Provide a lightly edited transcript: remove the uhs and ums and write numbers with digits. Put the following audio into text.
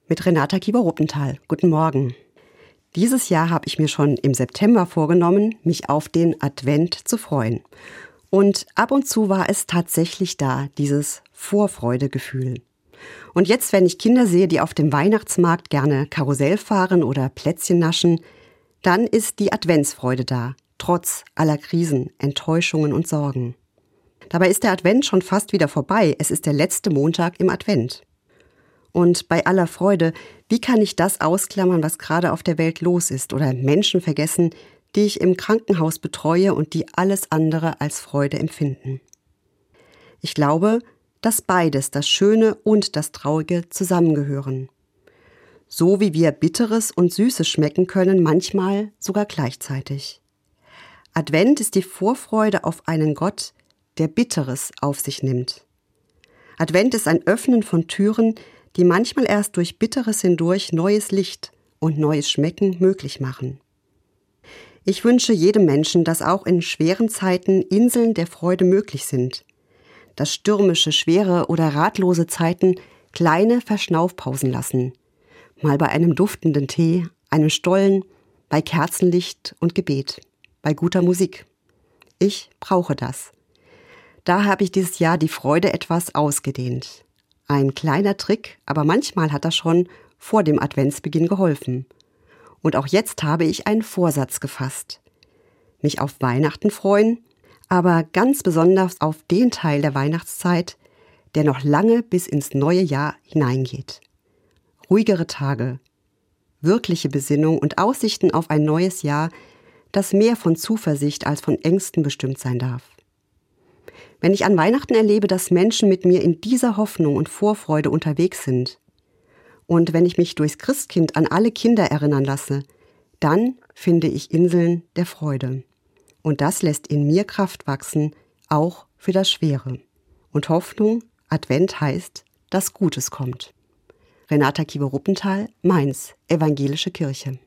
mit Renata Kieber-Ruppenthal. Guten Morgen. Dieses Jahr habe ich mir schon im September vorgenommen, mich auf den Advent zu freuen. Und ab und zu war es tatsächlich da, dieses Vorfreudegefühl. Und jetzt, wenn ich Kinder sehe, die auf dem Weihnachtsmarkt gerne Karussell fahren oder Plätzchen naschen, dann ist die Adventsfreude da, trotz aller Krisen, Enttäuschungen und Sorgen. Dabei ist der Advent schon fast wieder vorbei. Es ist der letzte Montag im Advent. Und bei aller Freude, wie kann ich das ausklammern, was gerade auf der Welt los ist oder Menschen vergessen, die ich im Krankenhaus betreue und die alles andere als Freude empfinden? Ich glaube, dass beides, das Schöne und das Traurige, zusammengehören. So wie wir Bitteres und Süßes schmecken können, manchmal sogar gleichzeitig. Advent ist die Vorfreude auf einen Gott, der Bitteres auf sich nimmt. Advent ist ein Öffnen von Türen, die manchmal erst durch Bitteres hindurch neues Licht und neues Schmecken möglich machen. Ich wünsche jedem Menschen, dass auch in schweren Zeiten Inseln der Freude möglich sind. Dass stürmische, schwere oder ratlose Zeiten kleine Verschnaufpausen lassen. Mal bei einem duftenden Tee, einem Stollen, bei Kerzenlicht und Gebet, bei guter Musik. Ich brauche das. Da habe ich dieses Jahr die Freude etwas ausgedehnt. Ein kleiner Trick, aber manchmal hat das schon vor dem Adventsbeginn geholfen. Und auch jetzt habe ich einen Vorsatz gefasst. Mich auf Weihnachten freuen, aber ganz besonders auf den Teil der Weihnachtszeit, der noch lange bis ins neue Jahr hineingeht. Ruhigere Tage, wirkliche Besinnung und Aussichten auf ein neues Jahr, das mehr von Zuversicht als von Ängsten bestimmt sein darf. Wenn ich an Weihnachten erlebe, dass Menschen mit mir in dieser Hoffnung und Vorfreude unterwegs sind, und wenn ich mich durchs Christkind an alle Kinder erinnern lasse, dann finde ich Inseln der Freude. Und das lässt in mir Kraft wachsen, auch für das Schwere. Und Hoffnung, Advent heißt, dass Gutes kommt. Renata Kieber-Ruppenthal, Mainz, Evangelische Kirche.